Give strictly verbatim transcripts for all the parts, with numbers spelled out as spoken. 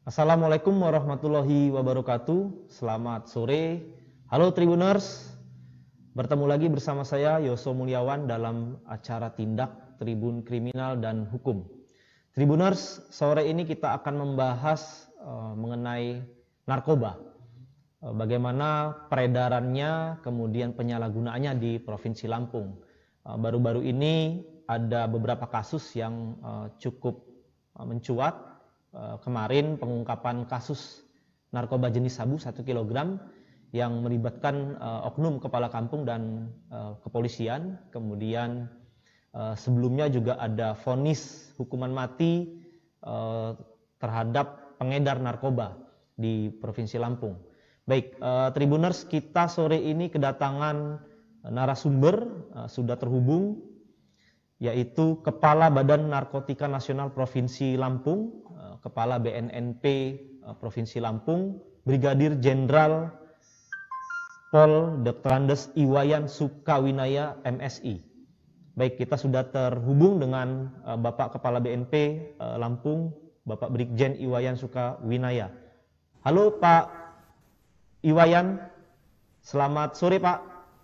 Assalamualaikum warahmatullahi wabarakatuh. Selamat sore. Halo Tribuners. Bertemu lagi bersama saya Yoso Mulyawan dalam acara Tindak Tribun Kriminal dan Hukum. Tribuners, sore ini kita akan membahas uh, mengenai narkoba. Uh, bagaimana peredarannya, kemudian penyalahgunaannya di Provinsi Lampung. Uh, baru-baru ini ada beberapa kasus yang uh, cukup uh, mencuat. Kemarin pengungkapan kasus narkoba jenis sabu satu kilogram yang melibatkan uh, oknum kepala kampung dan uh, kepolisian. Kemudian uh, sebelumnya juga ada vonis hukuman mati uh, terhadap pengedar narkoba di Provinsi Lampung. Baik, uh, Tribuners, kita sore ini kedatangan narasumber uh, sudah terhubung, yaitu Kepala Badan Narkotika Nasional Provinsi Lampung, Kepala B N N P Provinsi Lampung, Brigadir Jenderal Pol Doktor Andes Iwayan Sukawinaya M Si. Baik, kita sudah terhubung dengan Bapak Kepala B N P Lampung, Bapak Brigjen Iwayan Sukawinaya. Halo Pak Iwayan, selamat sore Pak.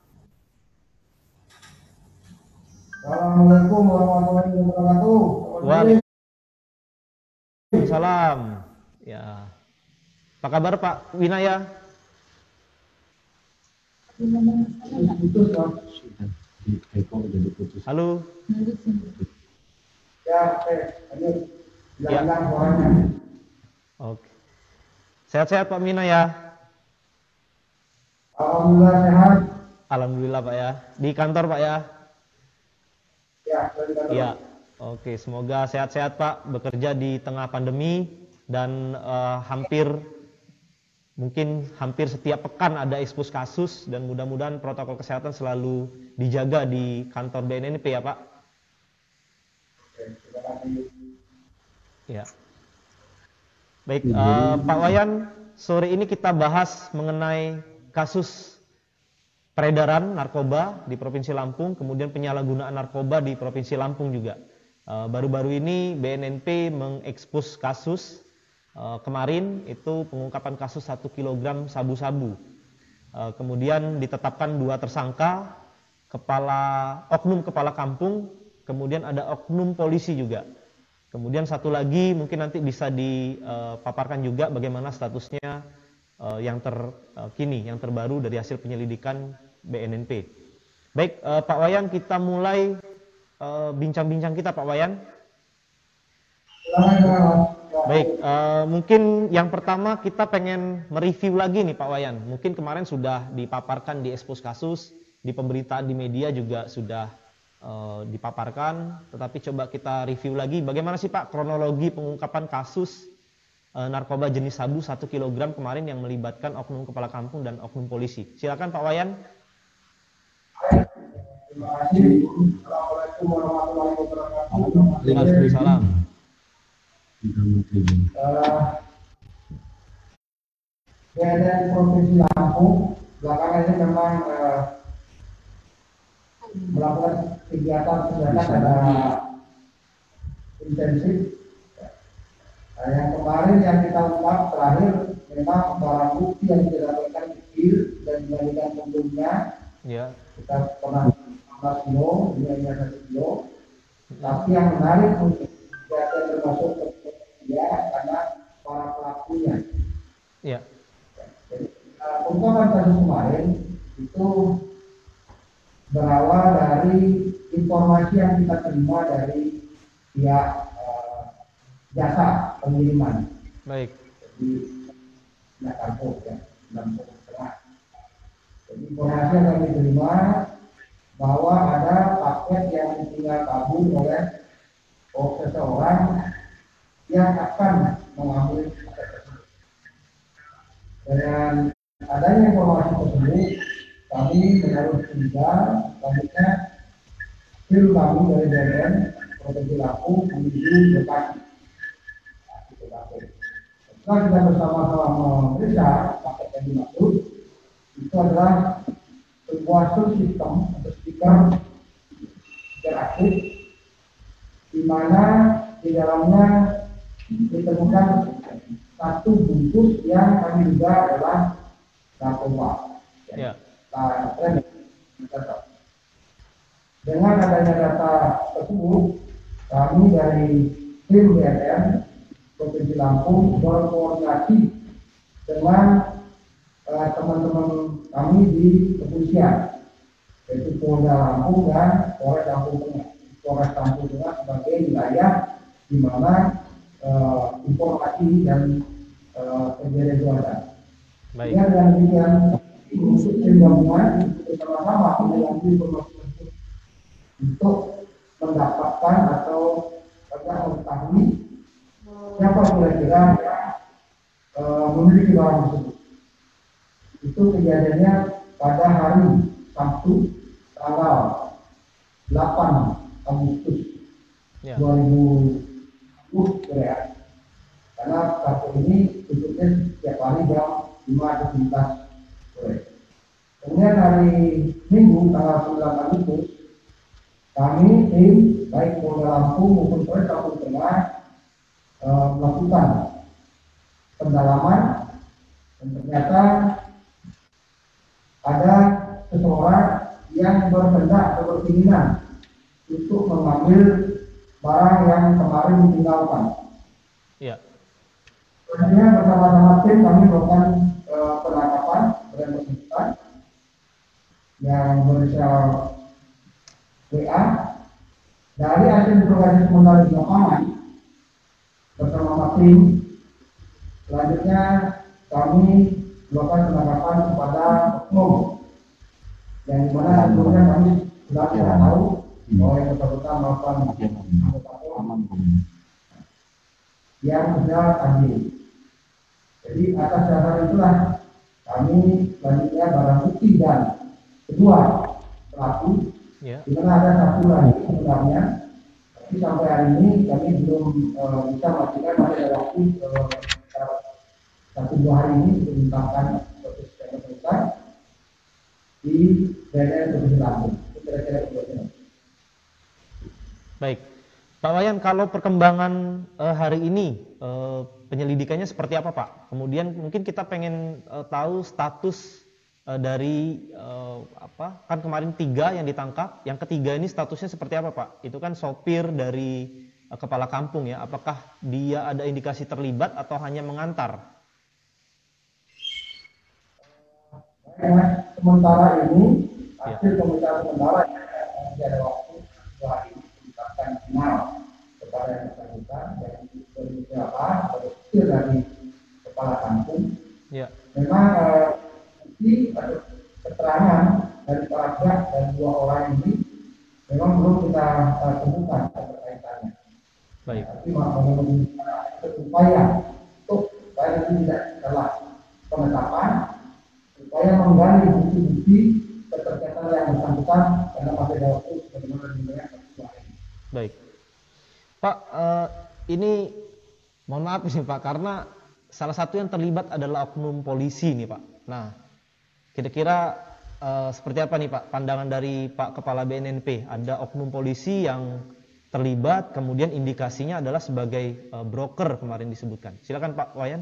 Assalamualaikum warahmatullahi wabarakatuh. Waalaikumsalam. Ya. Apa kabar Pak Winaya? Halo. Ya, oke. Lanjut. Ya. Suaranya. Oke. Sehat-sehat Pak Winaya? Alhamdulillah sehat. Alhamdulillah Pak ya. Di kantor Pak ya? Ya, dari kantor. Ya. Oke, semoga sehat-sehat Pak, bekerja di tengah pandemi dan uh, hampir mungkin hampir setiap pekan ada ekspos kasus dan mudah-mudahan protokol kesehatan selalu dijaga di kantor B N N P ya Pak. Oke, terima kasih. Ya. Baik, uh, Pak Wayan, sore ini kita bahas mengenai kasus peredaran narkoba di Provinsi Lampung, kemudian penyalahgunaan narkoba di Provinsi Lampung juga. Baru-baru uh, ini B N N P mengekspos kasus uh, kemarin itu pengungkapan kasus satu kilogram sabu-sabu. Uh, kemudian ditetapkan dua tersangka, kepala oknum kepala kampung, kemudian ada oknum polisi juga. Kemudian satu lagi mungkin nanti bisa dipaparkan juga bagaimana statusnya uh, yang terkini, uh, yang terbaru dari hasil penyelidikan B N N P. Baik, uh, Pak Wayan, kita mulai bincang-bincang uh, kita Pak Wayan. Baik, uh, mungkin yang pertama kita pengen mereview lagi nih Pak Wayan. Mungkin kemarin sudah dipaparkan di ekspos kasus, di pemberitaan di media juga sudah uh, dipaparkan. Tetapi coba kita review lagi bagaimana sih Pak kronologi pengungkapan kasus uh, narkoba jenis sabu satu kilogram kemarin yang melibatkan oknum kepala kampung dan oknum polisi. Silakan Pak Wayan. Terima kasih. Assalamualaikum warahmatullahi wabarakatuh. Waalaikumsalam. Uh, B N N Provinsi Lampung belakangan ini memang uh, melakukan kegiatan-kegiatan secara intensif. Uh, yang kemarin yang kita ungkap terakhir memang barang bukti yang didapatkan kecil dan dibandingkan sebelumnya. Ya. Kita pernah empat kilo, nilainya satu kilo. Tapi yang menarik untuk kita termasuk dia karena para pelakunya. Ya. Jadi pengungkapan kasus kemarin itu berawal dari informasi yang kita terima dari pihak uh, jasa pengiriman. Baik. Jadi Jakarta ya, Lampung Tengah. Jadi informasi yang kami terima bahwa ada paket yang ditinggal kabur oleh oh, seseorang yang akan mengambil paket tersebut. Dengan adanya informasi tersebut, kami menaruh curiga, selanjutnya tim kami dari B N N Provinsi Lampung menuju Bekasi. Setelah kita bersama-sama memeriksa paket yang dimaksud, itu adalah sebuah sistem atau stiker interaktif di mana di dalamnya ditemukan satu bungkus yang kami duga adalah narkoba. Ya. Dengan adanya data tersebut, kami dari tim B N N Provinsi Lampung berkoordinasi dengan uh, teman-teman kami di kepolisian, yaitu Polda Lampung dan Polres Lampung Tengah. Polres Lampung Tengah sebagai wilayah di mana uh, informasi dan uh, kejadian itu ada. Baik. Ya, dan demikian untuk tim gabungan bersama-sama mengambil informasi tersebut untuk mendapatkan atau tidak mengetahui siapa kira-kira yang uh, memiliki barang tersebut. Itu kejadiannya pada hari Sabtu tanggal delapan Agustus ya. dua ribu dua puluh ya. Karena kartu ini tutupnya setiap hari jam lima aktivitas sore. Kemudian hari Minggu tanggal sembilan Agustus kami tim baik Polda Lampung maupun Polres Lampung Tengah e, melakukan pendalaman dan ternyata ada seseorang yang berkehendak atau berkeinginan untuk mengambil barang yang kemarin ditinggalkan. Iya. Selanjutnya bersama-sama tim kami melakukan e, penangkapan dan bersangkutan yang berinisial W A. Dari hasil interogasi sementara di lapangan bersama tim, selanjutnya kami melakukan penangkapan kepada oknum yang dimana sebelumnya kami sudah tidak tahu bahwa yang bersangkutan melakukan anggota yang sudah adil. Jadi atas dasar itulah kami selanjutnya barang bukti dan kedua pelaku, yeah. Di mana ada satu lagi sebenarnya, tapi sampai hari ini kami belum uh, bisa memastikan masih ada waktu uh, satu dua hari ini untuk menetapkan proses penetapan di daerah Provinsi Lampung. Kira-kira itu. Baik, Pak Wayan, kalau perkembangan uh, hari ini uh, penyelidikannya seperti apa, Pak? Kemudian mungkin kita pengen uh, tahu status uh, dari uh, apa? Kan kemarin tiga yang ditangkap, yang ketiga ini statusnya seperti apa, Pak? Itu kan sopir dari uh, kepala kampung ya. Apakah dia ada indikasi terlibat atau hanya mengantar? Nah, sementara ini hasil ya. Pemeriksaan sementara yang ada waktu dua hari ditetapkan final kepada yang bersangkutan dan beberapa hasil dari kepala kampung. Ya. Memang eh, bukti atau keterangan dari para pihak dan dua orang ini memang belum kita uh, temukan terkaitannya. Baik. Tapi menurut upaya untuk supaya itu tidak salah penetapan, supaya menggali bukti-bukti keterkaitan yang bersangkutan karena masih ada waktu bagaimana dimulai. Baik, Pak, uh, ini mohon maaf nih Pak, karena salah satu yang terlibat adalah oknum polisi nih Pak. Nah, kira-kira uh, seperti apa nih Pak pandangan dari Pak Kepala B N N P? Ada oknum polisi yang terlibat, kemudian indikasinya adalah sebagai uh, broker kemarin disebutkan. Silakan Pak Wayan.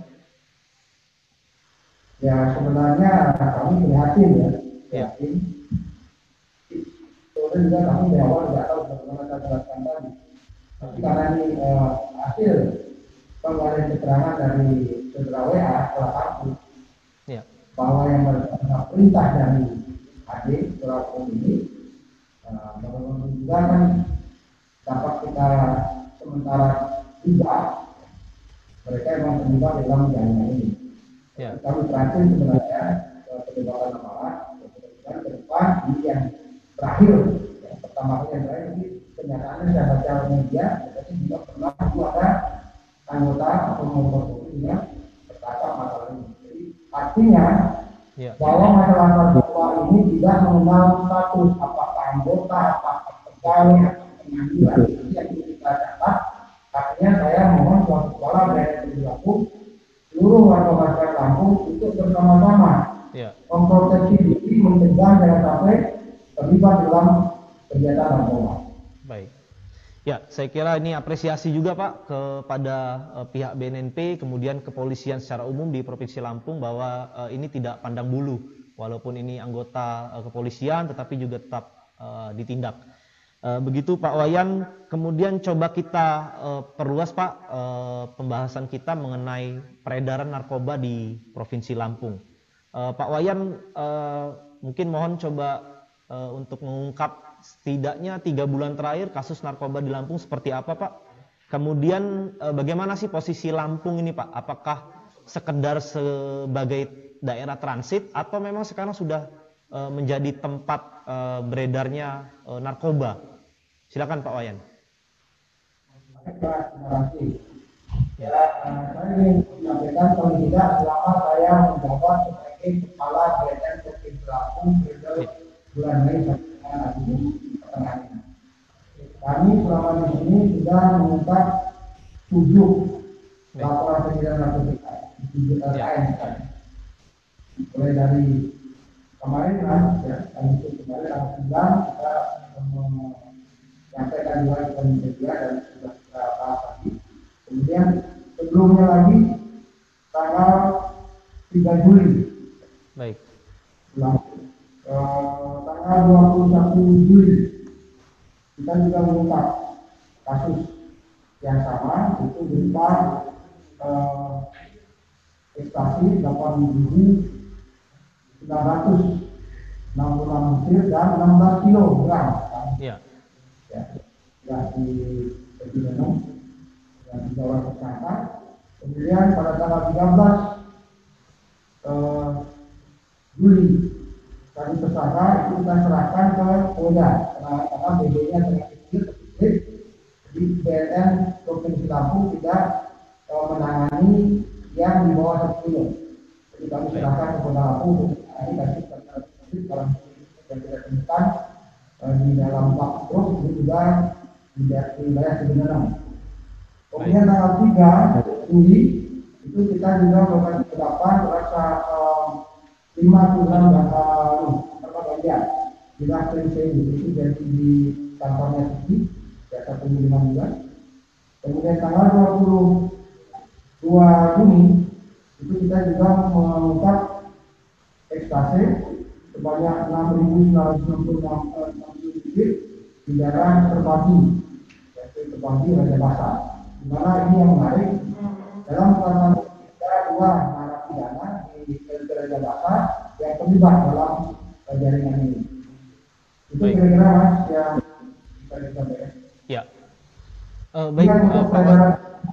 Ya sebenarnya kami prihatin ya. Prihatin. Kemudian juga kami dari awal tidak tahu bagaimana saya jelaskan tadi. Tapi karena ini uh, hasil pengeluaran keterangan dari saudara W A setelah kampus ya. Bahwa yang berdasarkan perintah dari adik pelaku ini, uh, bagaimana juga kan dapat kita sementara juga mereka memang terlibat dalam jaringan ini. Ya. Kami terakhir sebenarnya terlibat amalan dan ke depan ini yang terakhir, yang pertama kali yang terakhir ini kenyataannya saya baca media, jadi juga pernah ada anggota atau membuat yang tertangkap masalah ini. Jadi artinya ya. Bahwa masalah narkoba ini tidak mengenal status apakah anggota, apakah pegawai, atau pengadilan. Itu yang kita catat. Artinya saya mohon suatu kepala daerah perilaku seluruh warga masyarakat Lampung untuk bersama-sama ya. Memproteksi diri, mencegah jangan sampai terlibat dalam kegiatan narkoba. Baik. Ya, saya kira ini apresiasi juga Pak kepada uh, pihak B N N P, kemudian kepolisian secara umum di Provinsi Lampung bahwa uh, ini tidak pandang bulu, walaupun ini anggota uh, kepolisian, tetapi juga tetap uh, ditindak. Uh, begitu Pak Wayan, kemudian coba kita uh, perluas Pak uh, pembahasan kita mengenai peredaran narkoba di Provinsi Lampung. Uh, Pak Wayan, uh, mungkin mohon coba uh, untuk mengungkap setidaknya tiga bulan terakhir kasus narkoba di Lampung seperti apa Pak? Kemudian eh, bagaimana sih posisi Lampung ini Pak? Apakah sekedar sebagai daerah transit atau memang sekarang sudah eh, menjadi tempat eh, beredarnya eh, narkoba? Silakan Pak Wayan. Terima kasih. Ya, saya ingin menyampaikan paling tidak selama saya menjabat sebagai kepala B N N Provinsi Lampung periode bulan Mei sampai kami selama di sini sudah mengungkap tujuh laporan kejadian narkotika di tujuh L K M. Mulai dari kemarin kan, ya, kami itu kemarin tanggal sembilan kita menyampaikan juga ke media dan sudah kita bahas lagi. Kemudian sebelumnya lagi tanggal tiga Juli. Baik. Uh, tanggal dua puluh satu Juli kita juga mengungkap kasus yang sama, itu berupa uh, ekstasi delapan ribu sembilan ratus enam puluh enam butir dan enam belas kilogram. Iya. Ya, ya di Pedimenum dan di Jawa Tersangka. Kemudian pada tanggal tiga belas uh, Juli kami tersangka itu kita serahkan ke Polda karena B D-nya sangat kecil, di B N N Provinsi Lampung tidak uh, menangani yang di bawah satu kilo. Jadi kami serahkan ke Polda Lampung untuk menangani kasus tersebut dalam yang tidak ditemukan uh, di dalam Pak Terus ini juga di wilayah Sebenarnya. Kemudian tanggal tiga Juli itu kita juga melakukan pendapat rasa lima kilogram ganja di Lampung itu jadi di kantornya Siti biasa pengiriman juga. Kemudian tanggal dua puluh dua Juni itu kita juga mengungkap ekstasi sebanyak enam ribu sembilan ratus enam puluh enam butir di daerah Terbagi, yaitu Terbagi Raja Basah. Di mana ini yang menarik dalam pelaksanaan kita dua narapidana di Raja Basah yang terlibat dalam jaringan ini. Itu kira-kira Mas yang bisa disampaikan. Ya. Uh, baik uh, Pak Wayan.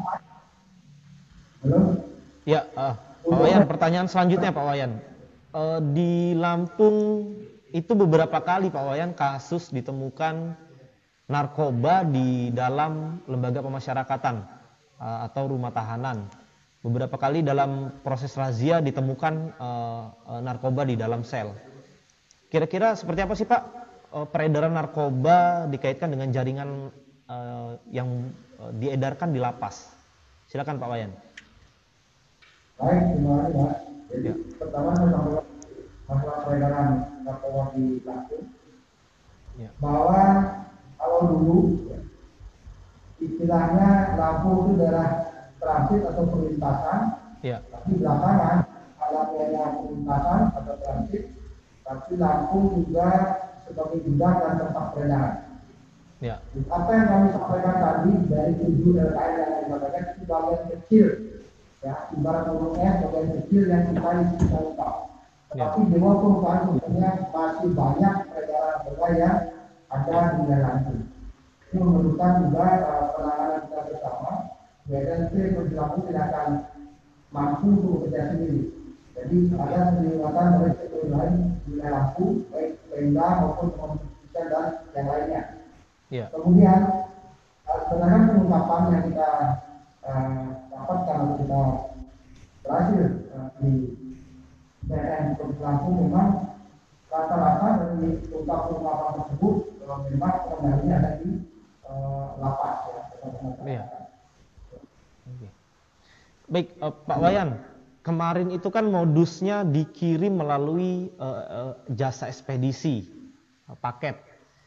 Halo. Ya, uh, Pak Wayan. Pertanyaan selanjutnya Pak Wayan. Uh, di Lampung itu beberapa kali Pak Wayan kasus ditemukan narkoba di dalam lembaga pemasyarakatan uh, atau rumah tahanan. Beberapa kali dalam proses razia ditemukan uh, uh, narkoba di dalam sel. Kira-kira seperti apa sih Pak uh, peredaran narkoba dikaitkan dengan jaringan uh, yang uh, diedarkan di lapas? Silakan Pak Wayan. Baik, terima kasih Pak. Jadi Ya. pertama saya sampaikan masalah peredaran narkoba di Lampung. Ya. Bahwa kalau dulu ya, istilahnya Lampung itu daerah transit atau perlintasan, Ya. tapi belakangan ada daerah perlintasan atau transit, tapi Lampung juga sebagai gudang dan tempat peredaran. Ya. Apa yang kami sampaikan tadi dari tujuh L K M yang kami sampaikan itu bagian kecil, ya ibarat gunungnya bagian kecil yang kita isi kita ungkap. Tapi di bawah permukaan sebenarnya masih banyak peredaran narkoba yang ada di daerah Lampung. Ini menunjukkan juga uh, penanganan kita bersama. B N N P Lampung tidak akan mampu untuk bekerja sendiri. Jadi ada peningkatan dari sektor lain di Lampung, baik Pemda maupun pemerintah dan yang lainnya. Ya. Kemudian sebenarnya pengungkapan yang kita uh, dapatkan atau kita berhasil uh, di B N N Lampung memang rata-rata dari ungkapan-ungkapan tersebut uh, memang pengendalinya ada di uh, lapas ya. Ya. Okay. Baik uh, Pak Wayan, kemarin itu kan modusnya dikirim melalui uh, uh, jasa ekspedisi uh, paket.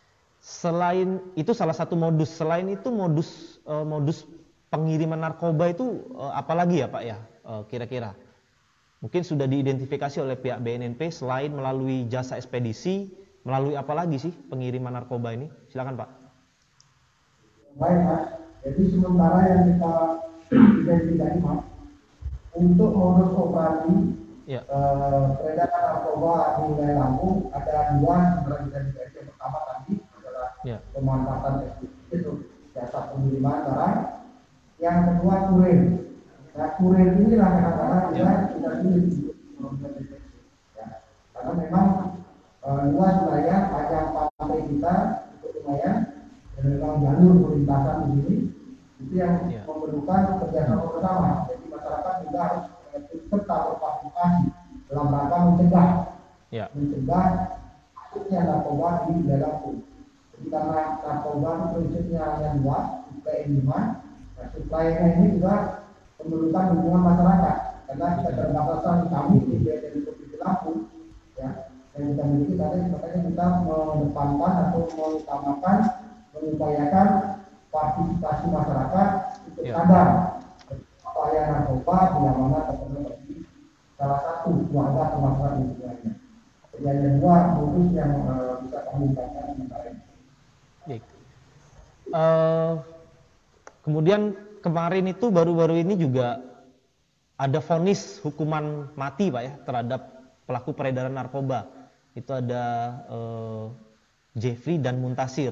Selain itu salah satu modus, selain itu modus uh, modus pengiriman narkoba itu uh, apalagi ya Pak ya uh, kira-kira? Mungkin sudah diidentifikasi oleh pihak B N N P selain melalui jasa ekspedisi, melalui apa lagi sih pengiriman narkoba ini? Silakan Pak. Baik Mas, jadi sementara yang kita identifikasi Mas, untuk modus operasi ya. eh, peredaran narkoba di wilayah Lampung ada dua sementara kita identifikasi. Yang pertama tadi adalah ya. pemanfaatan ekspedisi itu jasa pengiriman barang. Yang kedua kurir. Nah, kurir ini kadang-kadang juga tidak sulit untuk ya. Karena memang e, luas wilayah panjang pantai kita itu lumayan, dan memang jalur perlintasan di sini itu yang ya. memerlukan kerjasama bersama. Jadi masyarakat juga harus serta berpartisipasi dalam rangka mencegah, ya. mencegah masuknya narkoba di dalam pun. Jadi karena narkoba itu prinsipnya hanya dua, supply and demand. Nah, supply-nya ini juga memerlukan dukungan masyarakat karena kita terbatasan kami di B N N Provinsi Lampung ya yang kita miliki tadi, makanya kita mengedepankan atau mengutamakan mengupayakan partisipasi masyarakat untuk ya. sadar upaya narkoba bila mana terkena bagi salah satu keluarga atau masyarakat di sekitarnya. Jadi ada dua modus yang uh, bisa kami ungkapkan sementara ini. Baik. Uh, kemudian kemarin itu baru-baru ini juga ada vonis hukuman mati Pak ya terhadap pelaku peredaran narkoba. Itu ada uh, Jeffrey dan Muntasir.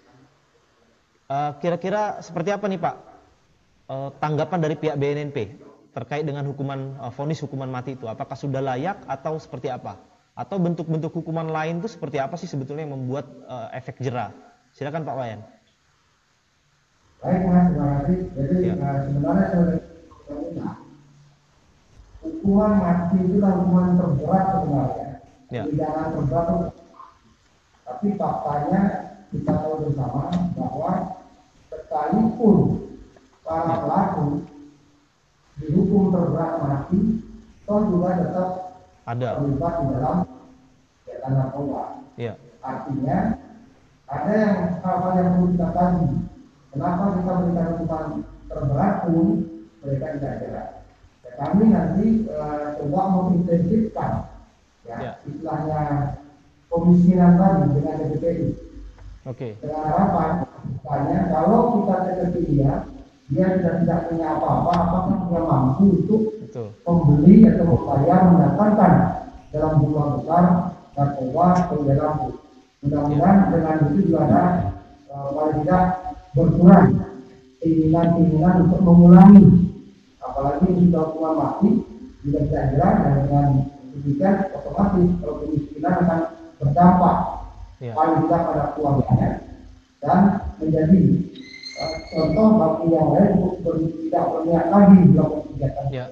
Uh, kira-kira seperti apa nih Pak uh, tanggapan dari pihak B N N P terkait dengan hukuman uh, vonis hukuman mati itu? Apakah sudah layak atau seperti apa? Atau bentuk-bentuk hukuman lain itu seperti apa sih sebetulnya yang membuat uh, efek jera? Silakan Pak Wayan. Baik Mas, terima kasih. Jadi ya. uh, sebenarnya sebenarnya hukuman mati itu adalah hukuman terberat sebenarnya. Ya. Pidana terberat. Tapi faktanya kita tahu bersama bahwa sekalipun para ya. pelaku dihukum terberat mati, toh juga tetap ada terlibat di dalam kegiatan narkoba. Ya. Artinya ada yang hal-hal yang perlu kita kaji. Kenapa kita berikan hukuman terberat pun mereka tidak jelas. Ya, kami nanti e, coba mengintensifkan ya, ya. istilahnya pemiskinan tadi dengan T P P I. Oke. Dengan harapan, misalnya kalau kita deteksi dia, dia sudah tidak punya apa-apa, apakah dia mampu untuk Betul. membeli atau membayar mendatangkan dalam jumlah besar narkoba ke dalam. Mudah-mudahan ya. Dengan itu juga ada uh, paling tidak berkurang keinginan-keinginan untuk mengulangi, apalagi sudah hukuman mati juga tidak jelas, dan dengan demikian otomatis kalau kemiskinan akan berdampak ya. Paling tidak pada keluarganya dan menjadi uh, contoh bagi yang lain untuk tidak berniat lagi melakukan kegiatan. Ya.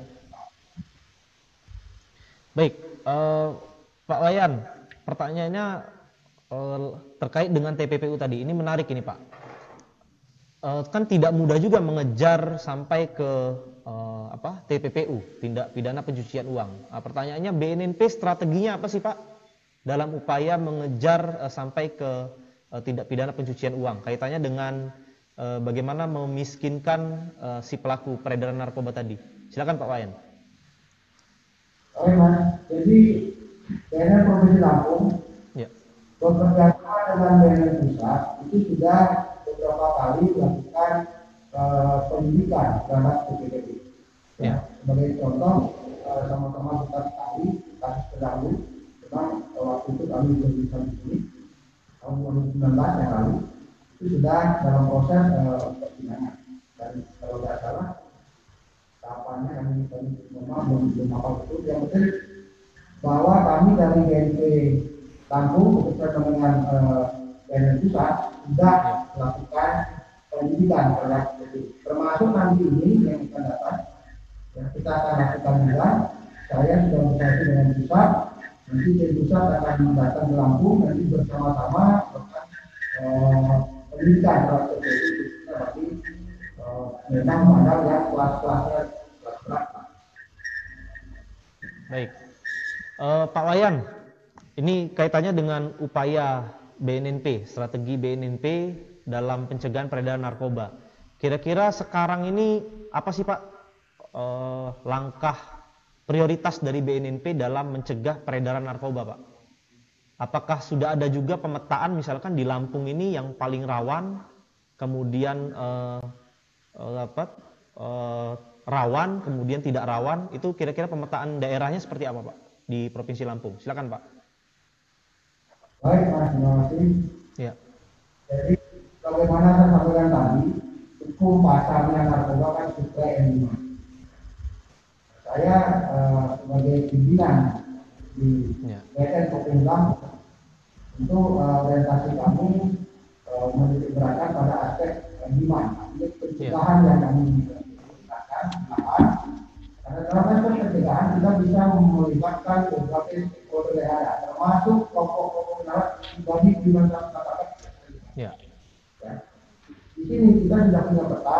Baik, uh, Pak Wayan, pertanyaannya uh, terkait dengan T P P U tadi. Ini menarik ini Pak. Uh, kan tidak mudah juga mengejar sampai ke uh, apa T P P U, tindak pidana pencucian uang. Nah, pertanyaannya B N N P strateginya apa sih Pak dalam upaya mengejar uh, sampai ke uh, tindak pidana pencucian uang? Kaitannya dengan uh, bagaimana memiskinkan uh, si pelaku peredaran narkoba tadi. Silakan Pak Wayan. Oke Mas, jadi B N N Provinsi Lampung ya. Bekerja sama dengan B N N Pusat itu sudah beberapa kali melakukan uh, pendidikan terhadap T P P I. Ya. Sebagai contoh, uh, sama-sama kita ketahui kasus terdahulu, memang uh, waktu itu kami berbicara di sini tahun dua ribu sembilan belas yang lalu itu sudah dalam proses uh, persidangan, dan kalau tidak salah tahapannya kami kami memang belum belum apa betul. Yang penting bahwa kami dari B N P Lampung bersama dengan uh, B N N Pusat sudah melakukan pendidikan terhadap itu, termasuk nanti ini yang akan datang yang kita akan lakukan juga. Saya sudah berkoordinasi dengan pusat, nanti dari pusat akan datang ke Lampung, nanti bersama-sama melakukan uh, pendidikan terhadap itu. Berarti uh, memang modal yang kelas-kelasnya kelas berat. Baik, uh, Pak Wayan, ini kaitannya dengan upaya B N N P, strategi B N N P dalam pencegahan peredaran narkoba. Kira-kira sekarang ini apa sih Pak eh, langkah prioritas dari B N N P dalam mencegah peredaran narkoba, Pak? Apakah sudah ada juga pemetaan misalkan di Lampung ini yang paling rawan, kemudian eh, eh, apa, eh, rawan, kemudian tidak rawan, itu kira-kira pemetaan daerahnya seperti apa, Pak, di Provinsi Lampung? Silakan, Pak. Baik, Mas, terima kasih. Ya. Jadi, bagaimana saya sampaikan tadi, hukum pasarnya narkoba kan supply and demand. Saya uh, sebagai pimpinan di Ya. B N N Provinsi Lampung, tentu uh, orientasi kami uh, menitik beratkan pada aspek uh, demand, artinya pencegahan Ya. yang kami gunakan. Karena dalam aspek pencegahan kita bisa melibatkan berbagai stakeholder yang ada, termasuk kelompok-kelompok darat pribadi di masyarakat. Ya. Ya. Di sini kita sudah punya peta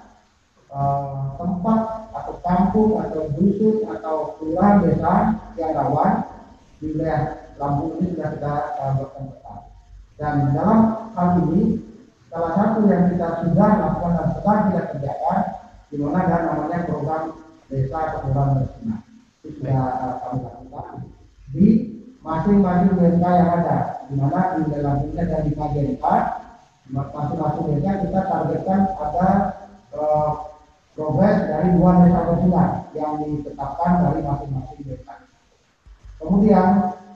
uh, tempat atau kampung atau dusun atau kelurahan desa yang rawan di wilayah Lampung ini sudah kita uh, buatkan peta. Dan dalam hal ini salah satu yang kita sudah lakukan dan sedang kita kerjakan, di mana ada namanya program desa kelurahan bersinar. Itu sudah uh, kami lakukan di masing-masing desa yang ada, di mana di dalam ini ada lima desa. Masing-masing desa kita targetkan ada uh, progres dari dua desa bersinar yang ditetapkan dari masing-masing desa. Kemudian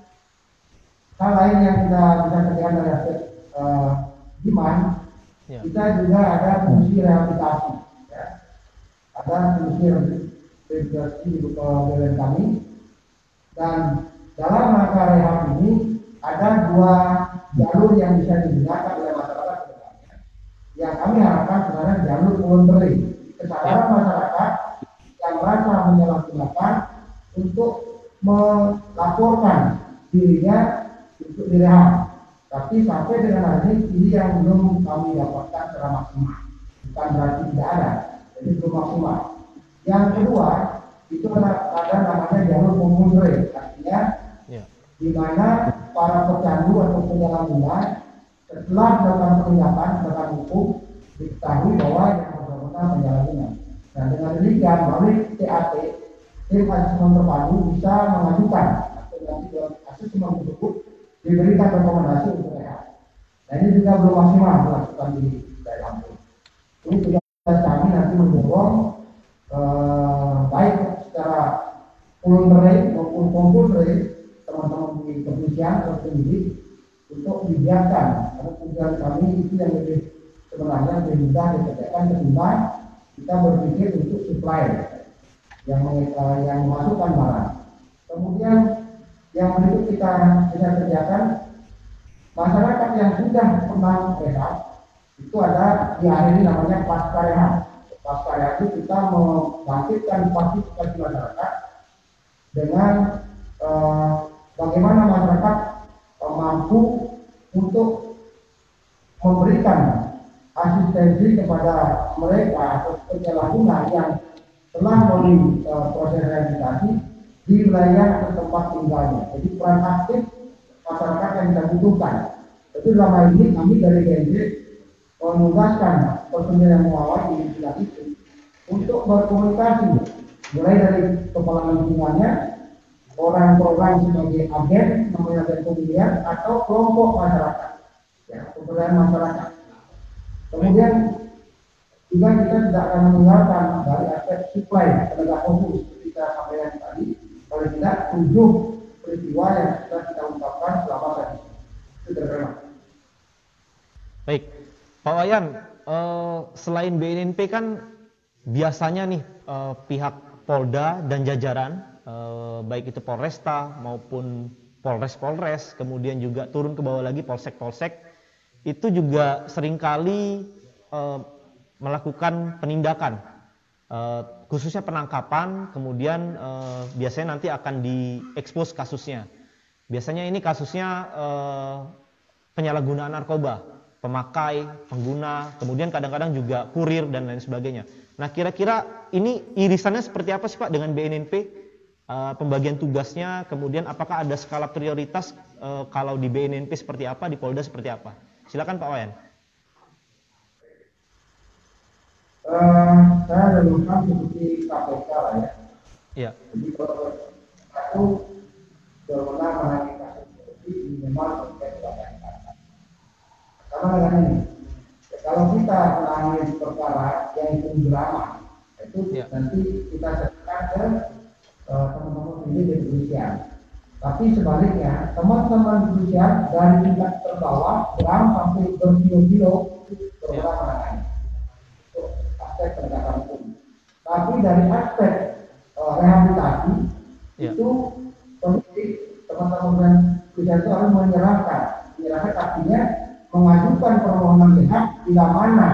hal lain yang kita bisa kerjakan dari aspek uh, demand, ya. Kita juga ada fungsi rehabilitasi, ya. Ada fungsi rehabilitasi di B N N kami, dan dalam rangka rehab ini ada dua jalur yang bisa digunakan oleh masyarakat kedepannya. Yang kami harapkan sebenarnya jalur voluntary, kesadaran masyarakat yang merasa menyalahgunakan untuk melaporkan dirinya untuk direhab. Tapi sampai dengan hari ini ini yang belum kami dapatkan secara maksimal. Bukan berarti tidak ada, jadi belum maksimal. Yang kedua itu ada, ada namanya jalur voluntary, artinya yeah. Di mana para pecandu atau penyalahguna setelah melakukan penindakan penegakan hukum diketahui bahwa yang bersangkutan penyalahguna. Nah, dengan demikian melalui T A T, tim asesmen terpadu bisa mengajukan atau nanti dalam asesmen tersebut diberikan rekomendasi untuk rehab. Nah, ini juga belum maksimal dilakukan di daerah Lampung. Ini juga kami nanti mendorong eh, baik secara voluntary maupun compulsory teman-teman di kepolisian atau penyidik untuk dibiarkan, karena tujuan kami itu yang lebih sebenarnya lebih mudah dikerjakan ketimbang kita berpikir untuk supply yang uh, yang memasukkan barang. Kemudian yang berikut kita bisa kerjakan, masyarakat yang sudah pernah rehab itu ada di hari ini namanya pasca rehab. Pasca rehab itu kita membangkitkan partisipasi masyarakat dengan uh, bagaimana masyarakat uh, mampu untuk memberikan asistensi kepada mereka atau penyalahguna yang telah melalui uh, proses rehabilitasi di wilayah atau tempat tinggalnya. Jadi peran aktif masyarakat yang kita butuhkan. Itu dalam hal ini kami dari G N J menugaskan personil yang mengawal di wilayah itu untuk berkomunikasi mulai dari kepala lingkungannya, orang program sebagai agen, namanya agen pemilihan atau kelompok masyarakat, ya, pemberdayaan masyarakat. Kemudian juga kita tidak akan meninggalkan dari aspek supply penegak hukum seperti kita sampaikan tadi, paling tidak tujuh peristiwa yang sudah kita ungkapkan selama tadi. Itu terima. Baik, Pak Wayan, eh, selain B N N P kan biasanya nih eh, pihak Polda dan jajaran, eh, baik itu Polresta maupun Polres-Polres, kemudian juga turun ke bawah lagi Polsek-Polsek, itu juga seringkali eh, melakukan penindakan, eh, khususnya penangkapan, kemudian eh, biasanya nanti akan diekspos kasusnya. Biasanya ini kasusnya eh, penyalahgunaan narkoba, pemakai, pengguna, kemudian kadang-kadang juga kurir dan lain sebagainya. Nah, kira-kira ini irisannya seperti apa sih Pak dengan B N N P? uh, pembagian tugasnya, kemudian apakah ada skala prioritas uh, kalau di B N N P seperti apa, di Polda seperti apa? Silakan Pak Wayan. Uh, saya lengkap seperti K P K lah ya. Iya. Jadi kalau satu berwenang menangani kasus korupsi minimal terkait dengan kata. Karena dengan ini, ya, kalau kita menangani perkara yang itu drama, itu ya. Nanti kita serahkan ke uh, teman-teman penyidik di kepolisian. Tapi sebaliknya, teman-teman kepolisian dari tingkat terbawah berang sampai berkilo-kilo berwenang menangani. Itu aspek penegakan hukum. Tapi dari aspek uh, rehabilitasi ya. Itu penyidik teman-teman kepolisian itu harus menyerahkan, menyerahkan artinya mengajukan permohonan sehat bila mana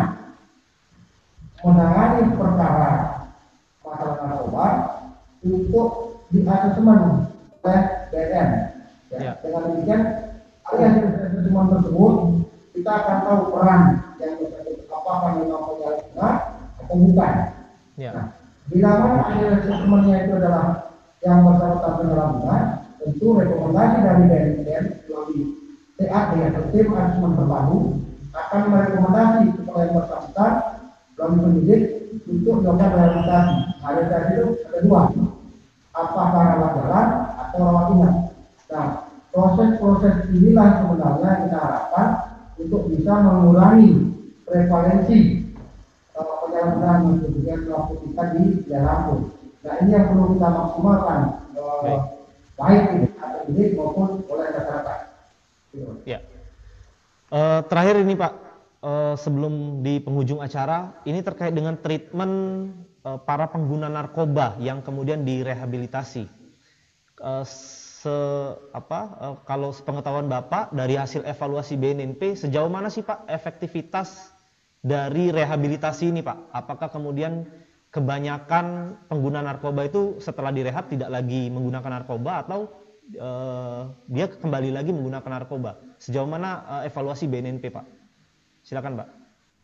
menangani perkara masalah narkoba untuk diasesmen oleh B N. Ya, ya. Dengan demikian, dari hasil asesmen tersebut kita akan tahu peran yang bersangkutan apakah memang penyalahgunaan atau bukan. Ya. Nah, bila mana hasil asesmennya itu adalah yang bersangkutan penyalahgunaan, tentu rekomendasi dari B N N melalui T A D atau tim asesmen terpadu akan merekomendasi kepada yang bersangkutan melalui penyidik untuk dilakukan rehabilitasi. Rehabilitasi itu ada dua, apakah rawat jalan atau rawat inap. Nah, proses-proses inilah sebenarnya kita harapkan untuk bisa mengurangi prevalensi uh, penyalahgunaan kemudian narkotika di dalam. Nah, ini yang perlu kita maksimalkan uh, baik di penyidik maupun oleh masyarakat. Ya. Uh, terakhir ini Pak, uh, sebelum di penghujung acara, ini terkait dengan treatment uh, para pengguna narkoba yang kemudian direhabilitasi. Uh, se apa? Uh, kalau sepengetahuan Bapak dari hasil evaluasi B N N P, sejauh mana sih Pak efektivitas dari rehabilitasi ini Pak? Apakah kemudian kebanyakan pengguna narkoba itu setelah direhab tidak lagi menggunakan narkoba atau Uh, dia kembali lagi menggunakan narkoba? Sejauh mana uh, evaluasi B N N P Pak? Silakan Pak.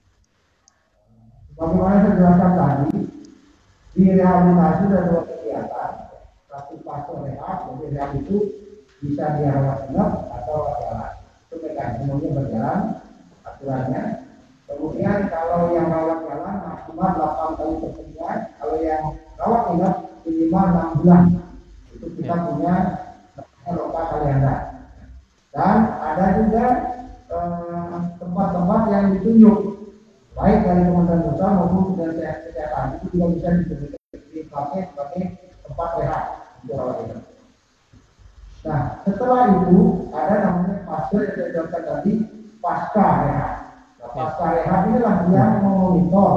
Bagaimana saya jelaskan tadi, di rehabilitasi ada dua kegiatan. Satu fase rehab, jadi rehab itu bisa dirawat inap atau rawat jalan. Itu mekanismenya berjalan aturannya. Kemudian kalau yang rawat jalan maksimal delapan kali pertemuan, kalau yang rawat inap minimal enam bulan. Itu kita ya. Punya lokal kalenda. Dan ada juga tempat-tempat eh, yang ditunjuk baik dari Kementerian Sosial maupun Kementerian Kesehatan, itu juga bisa dipakai sebagai tempat rehab untuk rawat inap. Nah, setelah itu ada namanya fase yang saya jelaskan tadi, pasca rehab. Nah, pasca rehab inilah yang memonitor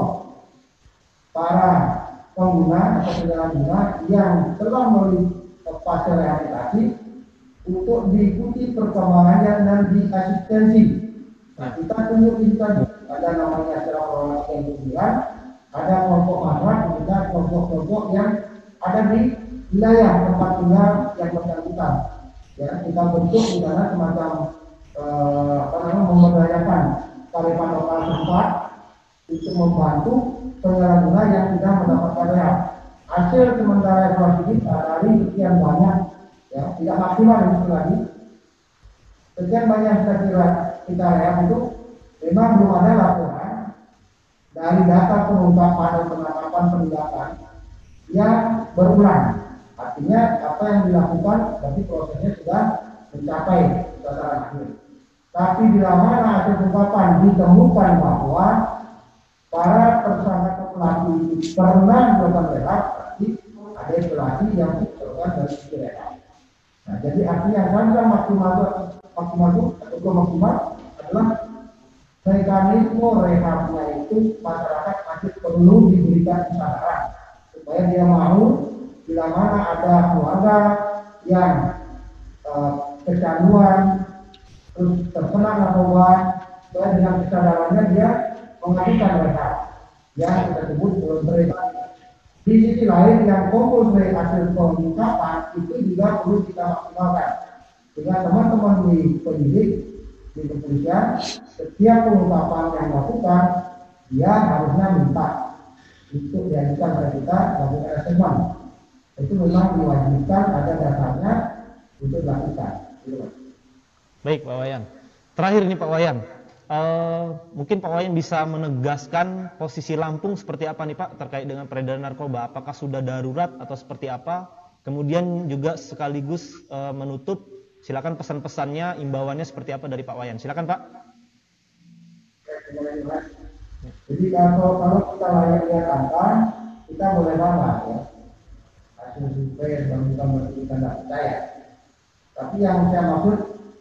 para pengguna atau penyalahguna yang telah melalui fase rehabilitasi untuk diikuti perkembangannya dan diasistensi. Nah, kita tunjuk di sana ada namanya secara kronologis yang berjalan, ada kelompok masyarakat, juga kelompok-kelompok yang ada di wilayah tempat tinggal yang bersangkutan. Ya, kita bentuk di sana semacam eh, apa namanya memberdayakan karyawan lokal tempat untuk membantu penyalahguna yang sudah mendapatkan rehab. Hasil sementara evaluasi kita dari sekian banyak, ya tidak maksimal itu lagi. Sekian banyak kita kita rehab itu memang belum ada laporan dari data pengungkapan dan penangkapan penindakan yang berulang. Artinya apa yang dilakukan berarti prosesnya sudah mencapai sasaran akhir. Tapi bila mana hasil pengungkapan ditemukan bahwa para tersangka atau pelaku itu pernah melakukan rehab, berarti ada isolasi yang dilakukan dari sisi rehab. Nah, jadi artinya yang sangat maksimal maksimal itu atau maksimal adalah mekanisme rehabnya itu masyarakat masih perlu diberikan kesadaran supaya dia mau bila mana ada keluarga yang uh, kecanduan terus terkena narkoba, supaya dengan kesadarannya dia mengajukan rehab yang kita sebut voluntary. Di sisi lain yang kumpul dari hasil pengungkapan itu juga perlu kita maksimalkan. Sehingga teman-teman di penyidik di kepolisian setiap pengungkapan yang dilakukan dia harusnya minta untuk diajukan kepada kita sebagai asesmen. itu memang diwajibkan, ada dasarnya untuk dilakukan. Baik Pak Wayan. Terakhir nih Pak Wayan, uh, mungkin Pak Wayan bisa menegaskan posisi Lampung seperti apa nih Pak terkait dengan peredaran narkoba? Apakah sudah darurat atau seperti apa? Kemudian juga sekaligus uh, menutup, silakan pesan-pesannya, imbauannya seperti apa dari Pak Wayan? Silakan Pak. Jadi kalau kalau kita layak lihat angka, kita boleh bangga ya. Hasil survei yang kita kita tidak percaya. Tapi yang saya maksud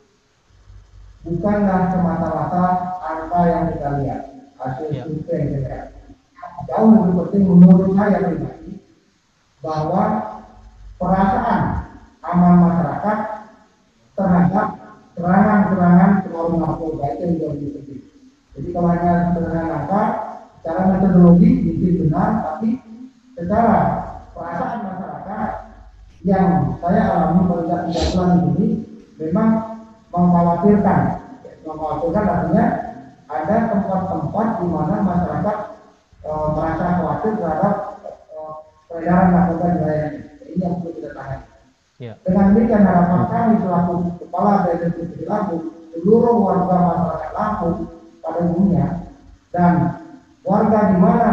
bukanlah semata-mata angka yang kita lihat, hasil ya. survei yang kita lihat. Jauh lebih penting menurut saya pribadi bahwa perasaan aman masyarakat terhadap serangan-serangan pengaruh narkoba itu yang jauh lebih penting. Jadi kalau hanya sebenarnya angka, secara metodologi mungkin benar, tapi secara perasaan masyarakat yang saya alami pada tiga bulan ini memang mengkhawatirkan. Mengkhawatirkan artinya ada tempat-tempat di mana masyarakat e, merasa khawatir terhadap e, peredaran narkoba di wilayah ini. Ini yang perlu kita tangani. Ya. Dengan demikian harapan kami selaku kepala B N P Lampung, seluruh warga masyarakat Lampung pada umumnya dan warga di mana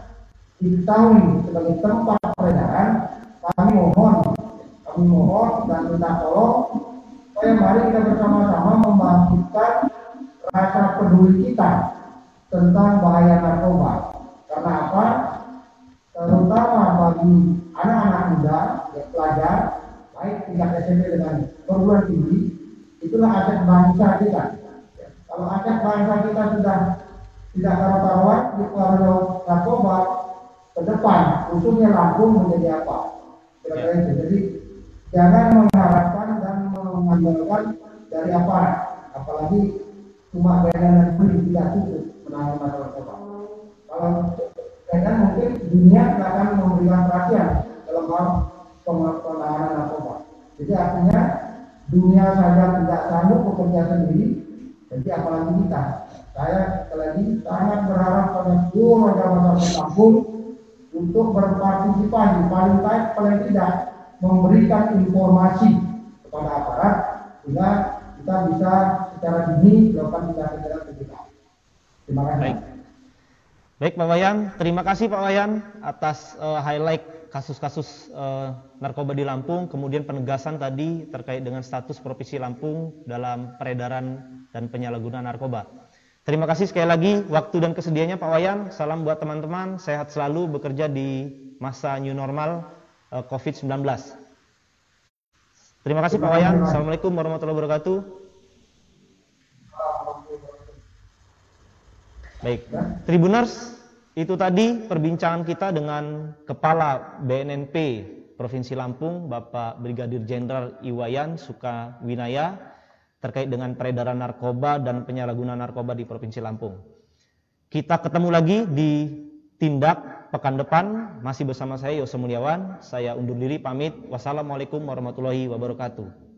diketahui sebagai tempat peredaran, kami mohon, kami mohon dan minta tolong supaya mari kita bersama-sama membangkitkan rasa peduli kita tentang bahaya narkoba. Karena apa? Terutama bagi anak-anak muda, ya, pelajar, baik tingkat S M P dengan perguruan tinggi, itulah aset bangsa kita. Kalau aset bangsa kita sudah tidak karu-karuan di pengaruh narkoba, ke depan khususnya Lampung menjadi apa? Kira-kira itu. Jadi jangan mengharapkan dan mengandalkan dari aparat, apalagi cuma bayaran dan beli tidak cukup menangani masalah narkoba. Kalau bayaran mungkin dunia tidak akan memberikan perhatian dalam hal penanganan narkoba. Jadi artinya dunia saja tidak sanggup bekerja sendiri, jadi apalagi kita. Saya sekali lagi sangat berharap pada seluruh warga masyarakat Lampung untuk berpartisipasi, paling baik paling tidak memberikan informasi kepada aparat sehingga kita bisa secara dini melakukan tindakan-tindakan pencegahan. Terima kasih. Baik. Baik Pak Wayan, terima kasih Pak Wayan atas uh, highlight kasus-kasus uh, narkoba di Lampung, kemudian penegasan tadi terkait dengan status Provinsi Lampung dalam peredaran dan penyalahgunaan narkoba. Terima kasih sekali lagi waktu dan kesediaannya Pak Wayan. Salam buat teman-teman, sehat selalu bekerja di masa new normal uh, covid sembilan belas. Terima kasih Pak Wayan. Assalamualaikum warahmatullahi wabarakatuh. Baik, Tribuners, itu tadi perbincangan kita dengan Kepala B N N P Provinsi Lampung, Bapak Brigadir Jenderal Iwayan Sukawinaya, terkait dengan peredaran narkoba dan penyalahgunaan narkoba di Provinsi Lampung. Kita ketemu lagi di Tindak pekan depan, masih bersama saya Yoso Mulyawan. Saya undur diri pamit. Wassalamualaikum warahmatullahi wabarakatuh.